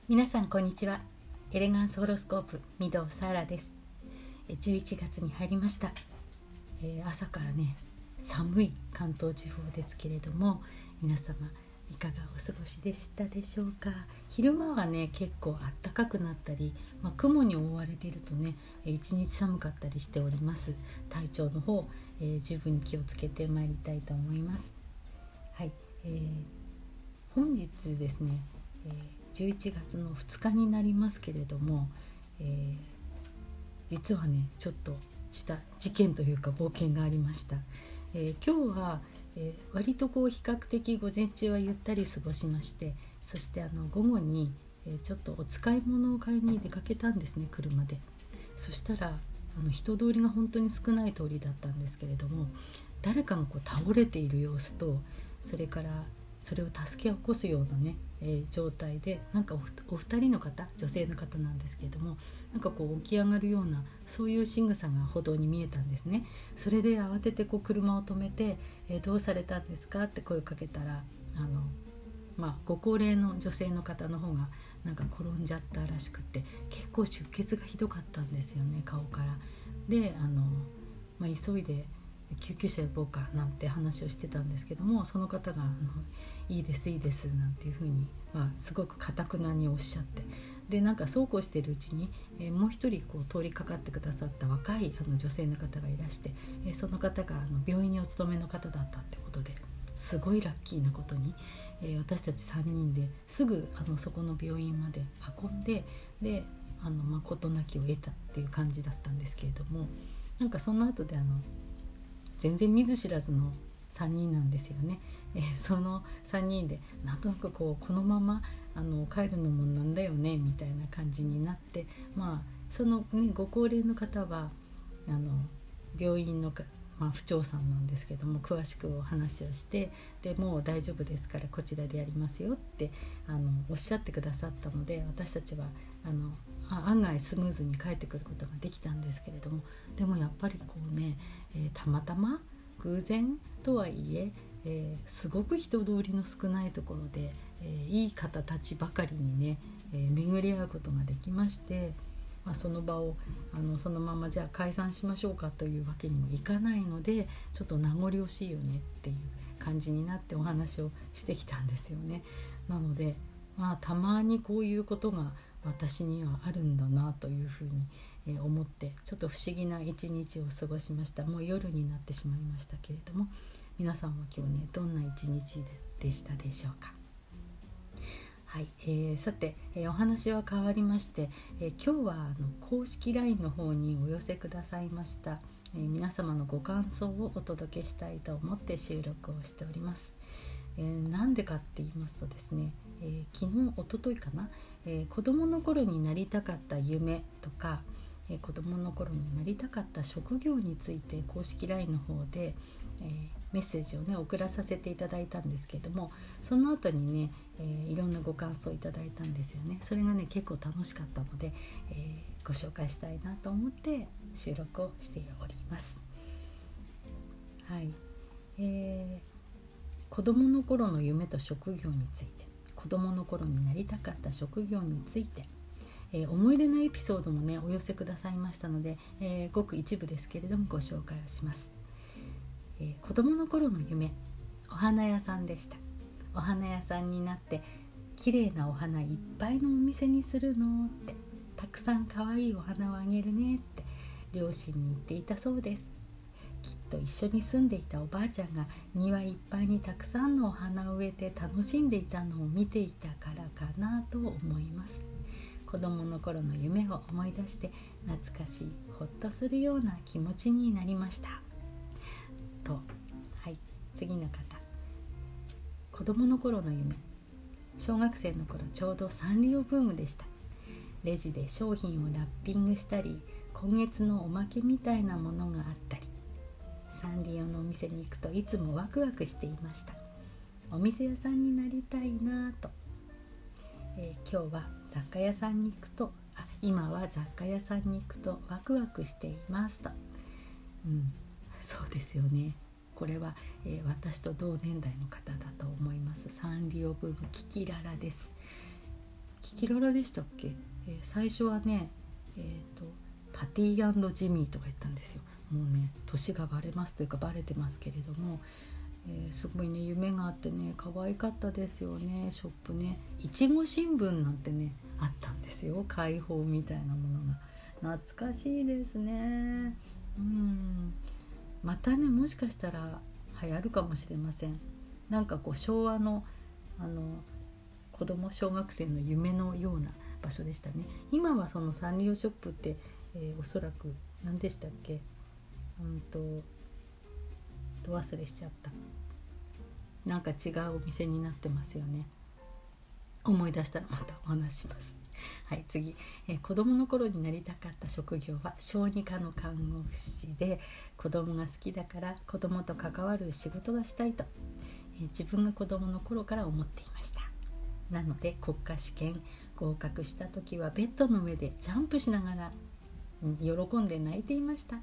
皆さんこんにちは。エレガンスホロスコープ御堂サーラです。11月に入りました。朝からね寒い関東地方ですけれども、皆様いかがお過ごしでしたでしょうか。昼間はね結構暖かくなったり、雲に覆われているとね一日寒かったりしております。体調の方、十分に気をつけてまいりたいと思います。はい、本日ですね、11月の2日になりますけれども、実はねちょっとした事件というか冒険がありました。今日は、割と比較的午前中はゆったり過ごしまして、そして午後に、ちょっとお使い物を買いに出かけたんですね、車で。そしたら人通りが本当に少ない通りだったんですけれども、誰かが倒れている様子と、それからそれを助け起こすようなね、状態でお二人の方、女性の方なんですけれども、起き上がるようなそういう仕草が歩道に見えたんですね。それで慌てて車を止めて、どうされたんですかって声をかけたら、ご高齢の女性の方の方が転んじゃったらしくて、結構出血がひどかったんですよね、顔から。で急いで救急車呼ぼうかなんて話をしてたんですけども、その方がいいですいいですなんていうふうに、すごく堅くなにおっしゃって、でそうこうしているうちに、もう一人通りかかってくださった若い女性の方がいらして、その方が病院にお勤めの方だったってことで、すごいラッキーなことに、私たち3人ですぐそこの病院まで運んで、で事なきを得たっていう感じだったんですけれども、その後で全然見ず知らずの3人なんですよね。その3人でなんとなくこのまま帰るのもなんだよねみたいな感じになって、その、ご高齢の方は病院の府長さんなんですけども、詳しくお話をして、でもう大丈夫ですからこちらでやりますよっておっしゃってくださったので、私たちは案外スムーズに帰ってくることができたんですけれども、でもやっぱりたまたま偶然とはいえすごく人通りの少ないところで、いい方たちばかりにね、巡り合うことができまして、その場をそのままじゃあ解散しましょうかというわけにもいかないので、ちょっと名残惜しいよねっていう感じになってお話をしてきたんですよね。なのでたまにこういうことが私にはあるんだなというふうに思って、ちょっと不思議な一日を過ごしました。もう夜になってしまいましたけれども、皆さんは今日ねどんな一日でしたでしょうか。はい、さて、お話は変わりまして、今日は公式 LINE の方にお寄せくださいました、皆様のご感想をお届けしたいと思って収録をしております。なんでかって言いますとですね、昨日一昨日かな、子どもの頃になりたかった夢とか、子どもの頃になりたかった職業について公式 LINE の方で、メッセージをね送らさせていただいたんですけども、その後にね、いろんなご感想いただいたんですよね。それがね結構楽しかったので、ご紹介したいなと思って収録をしております。はい、子どもの頃の夢と職業について、子どもの頃になりたかった職業について、思い出のエピソードもねお寄せくださいましたので、ごく一部ですけれどもご紹介をします。子どもの頃の夢、お花屋さんでした。お花屋さんになって綺麗なお花いっぱいのお店にするのって、たくさん可愛いお花をあげるねって両親に言っていたそうです。きっと一緒に住んでいたおばあちゃんが庭いっぱいにたくさんのお花を植えて楽しんでいたのを見ていたからかなと思います。子供の頃の夢を思い出して懐かしい、ほっとするような気持ちになりましたと。はい、次の方。子供の頃の夢、小学生の頃ちょうどサンリオブームでした。レジで商品をラッピングしたり、今月のおまけみたいなものがあったり、サンリオのお店に行くといつもワクワクしていました。お店屋さんになりたいなと。今日は雑貨屋さんに行くと今は雑貨屋さんに行くとワクワクしていますと。そうですよね。これは、私と同年代の方だと思います。サンリオブームキキララです。 キキララでしたっけ、最初はね、パティ&ジミーとか言ったんですよ。もうね年がバレますというかバレてますけれども、すごいね夢があってね可愛かったですよね。ショップね、いちご新聞なんてねあったんですよ。開放みたいなものが懐かしいですね。またねもしかしたら流行るかもしれません。なんかこう昭和の子供小学生の夢のような場所でしたね。今はそのサンリオショップって、おそらく何でしたっけ、ど忘れしちゃった。なんか違うお店になってますよね。思い出したらまたお話しします。はい、次、子供の頃になりたかった職業は小児科の看護師で、子供が好きだから子供と関わる仕事がしたいと、自分が子供の頃から思っていました。なので国家試験合格した時はベッドの上でジャンプしながら喜んで泣いていました。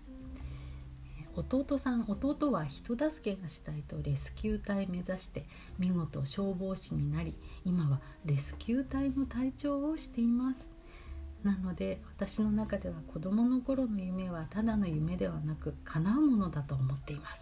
弟は人助けがしたいとレスキュー隊目指して見事消防士になり、今はレスキュー隊の隊長をしています。なので私の中では子供の頃の夢はただの夢ではなく叶うものだと思っています。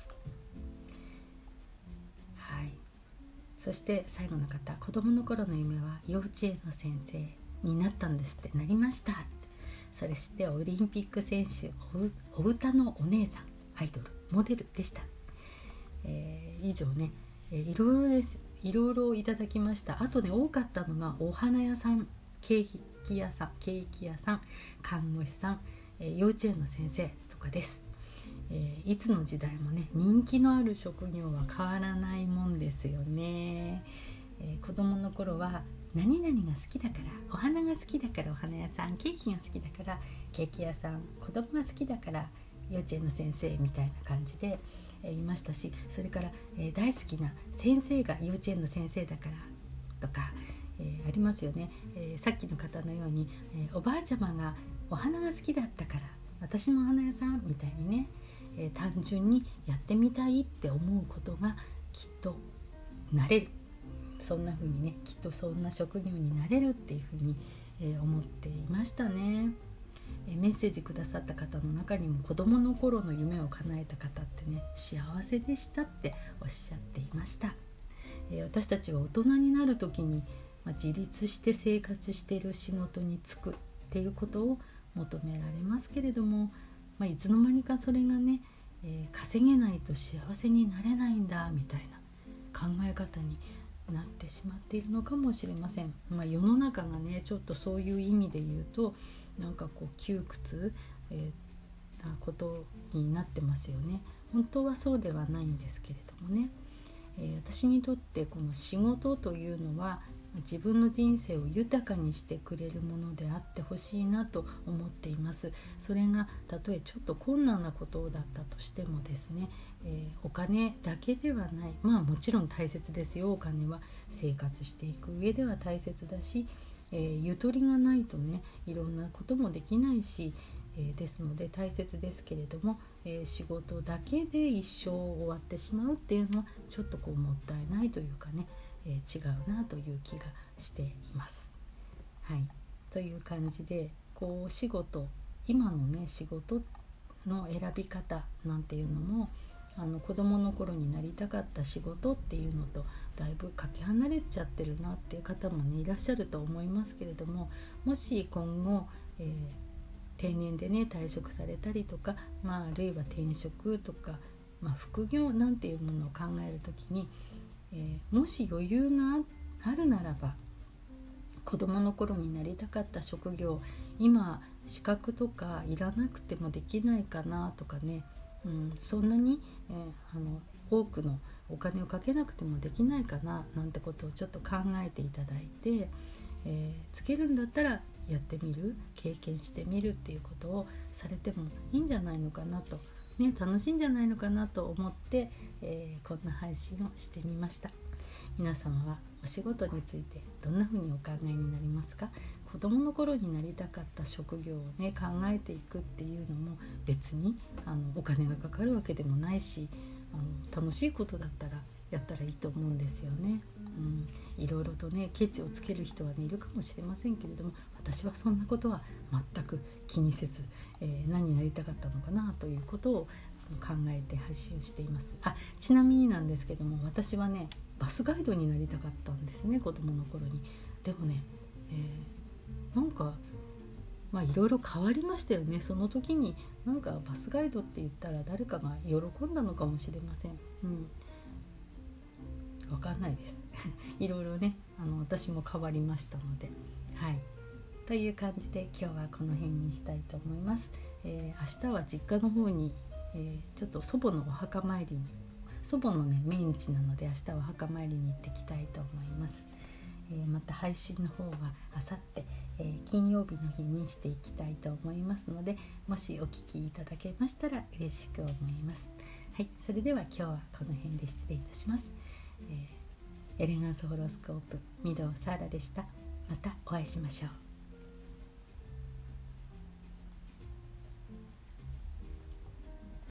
はい、そして最後の方、子供の頃の夢は幼稚園の先生になったんですって。なりました。そしてオリンピック選手、お歌のお姉さん、アイドルモデルでした。以上ね、いろいろいただきました。あとね多かったのがお花屋さん、ケーキ屋さん、看護師さん、幼稚園の先生とかです。いつの時代もね人気のある職業は変わらないもんですよね。子供の頃は何々が好きだからお花が好きだからお花屋さん、ケーキが好きだからケーキ屋さん、子供が好きだから幼稚園の先生みたいな感じで、いましたし、それから、大好きな先生が幼稚園の先生だからとか、ありますよね。さっきの方のように、おばあちゃまがお花が好きだったから私もお花屋さんみたいにね、単純にやってみたいって思うことがきっとなれる、そんな風にね、きっとそんな職業になれるっていう風に、思っていましたね。メッセージくださった方の中にも子どもの頃の夢を叶えた方ってね幸せでしたっておっしゃっていました。私たちは大人になる時に、自立して生活している仕事に就くっていうことを求められますけれども、いつの間にかそれがね、稼げないと幸せになれないんだみたいな考え方になってしまっているのかもしれません。世の中がねちょっとそういう意味で言うとなんかこう窮屈、なことになってますよね。本当はそうではないんですけれどもね、私にとってこの仕事というのは自分の人生を豊かにしてくれるものであってほしいなと思っています。それがたとえちょっと困難なことだったとしてもですね、お金だけではない、もちろん大切ですよ。お金は生活していく上では大切だし、ゆとりがないとねいろんなこともできないし、ですので大切ですけれども、仕事だけで一生終わってしまうっていうのはちょっとこうもったいないというかね、違うなという気がしています。はい、という感じでこう今のね仕事の選び方なんていうのも子どもの頃になりたかった仕事っていうのとだいぶかけ離れちゃってるなっていう方もねいらっしゃると思いますけれども、もし今後、定年でね退職されたりとか、あるいは転職とか、副業なんていうものを考えるときに、もし余裕があるならば子どもの頃になりたかった職業、今資格とかいらなくてもできないかなとかね、そんなに、多くのお金をかけなくてもできないかななんてことをちょっと考えていただいて、つけるんだったらやってみる、経験してみるっていうことをされてもいいんじゃないのかなと、楽しいんじゃないのかなと思って、こんな配信をしてみました。皆様はお仕事についてどんなふうにお考えになりますか？子どもの頃になりたかった職業をね考えていくっていうのも別にお金がかかるわけでもないし、楽しいことだったらやったらいいと思うんですよね。 いろいろとねケチをつける人はねいるかもしれませんけれども、私はそんなことは全く気にせず、何になりたかったのかなということを考えて配信をしています。ちなみになんですけども、私はねバスガイドになりたかったんですね、子供の頃に。でもね、なんかいろいろ変わりましたよね。その時になんかバスガイドって言ったら誰かが喜んだのかもしれません。わかんないですいろいろね私も変わりましたので、という感じで今日はこの辺にしたいと思います。明日は実家の方に、ちょっと祖母のお墓参りに、祖母のね命日なので明日はお墓参りに行ってきたいと思います。また配信の方はあさって、金曜日の日にしていきたいと思いますので、もしお聞きいただけましたら嬉しく思います。それでは今日はこの辺で失礼いたします。エレガンスホロスコープ御堂サーラでした。またお会いしましょう。